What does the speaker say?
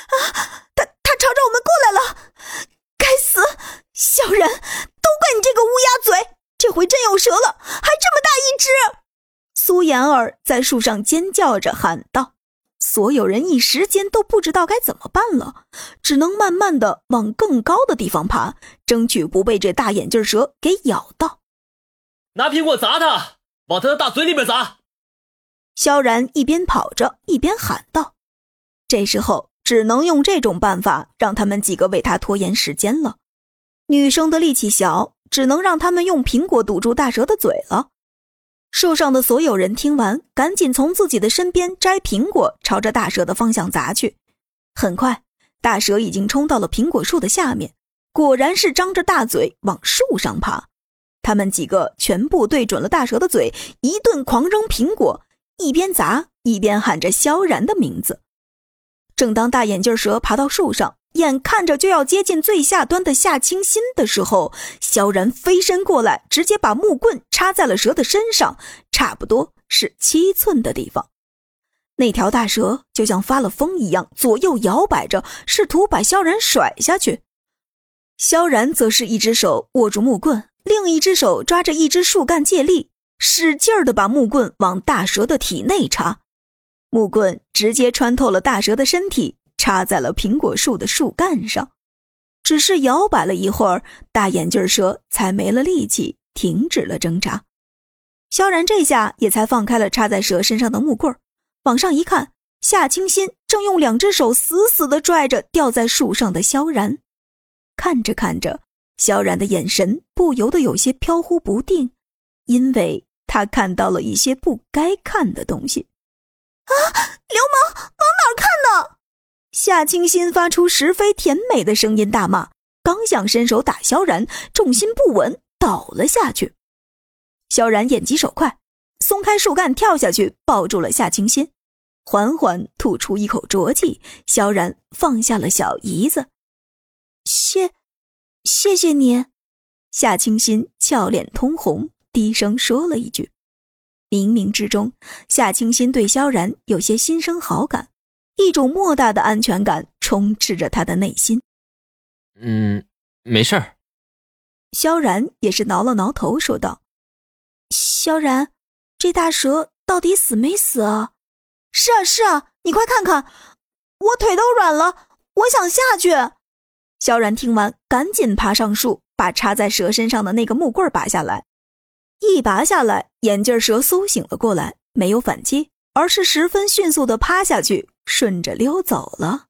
他朝着我们过来了！该死！小人，都怪你这个乌鸦嘴！这回真有蛇了，还这么大一只！苏妍儿在树上尖叫着喊道。所有人一时间都不知道该怎么办了，只能慢慢的往更高的地方爬，争取不被这大眼镜蛇给咬到。 拿苹果砸他，往他的大嘴里面砸！ 萧然一边跑着一边喊道。这时候只能用这种办法让他们几个为他拖延时间了。女生的力气小，只能让他们用苹果堵住大蛇的嘴了。树上的所有人听完，赶紧从自己的身边摘苹果，朝着大蛇的方向砸去。很快，大蛇已经冲到了苹果树的下面，果然是张着大嘴往树上爬。他们几个全部对准了大蛇的嘴，一顿狂扔苹果，一边砸一边喊着萧然的名字。正当大眼镜蛇爬到树上，眼看着就要接近最下端的夏清新的时候，萧然飞身过来，直接把木棍插在了蛇的身上，差不多是7寸的地方。那条大蛇就像发了疯一样，左右摇摆着，试图把萧然甩下去。萧然则是一只手握住木棍，另一只手抓着一只树干借力，使劲地把木棍往大蛇的体内插。木棍直接穿透了大蛇的身体，插在了苹果树的树干上。只是摇摆了一会儿，大眼镜蛇才没了力气，停止了挣扎。萧然这下也才放开了插在蛇身上的木棍，往上一看，夏清新正用2只手死死地拽着吊在树上的萧然。看着看着，萧然的眼神不由得有些飘忽不定，因为他看到了一些不该看的东西。流氓，往哪儿看呢？夏清新发出十分甜美的声音大骂，刚想伸手打萧然，重心不稳倒了下去。萧然眼疾手快，松开树干跳下去抱住了夏清新，缓缓吐出一口浊气，萧然放下了小姨子。谢谢你。夏清新俏脸通红，低声说了一句。冥冥之中，夏清新对萧然有些心生好感，一种莫大的安全感充斥着他的内心。 没事儿。 萧然也是挠了挠头说道。萧然，这大蛇到底死没死啊？是啊，你快看看，我腿都软了，我想下去。萧然听完，赶紧爬上树，把插在蛇身上的那个木棍拔下来。一拔下来，眼镜蛇苏醒了过来，没有反击，而是十分迅速地趴下去，顺着溜走了。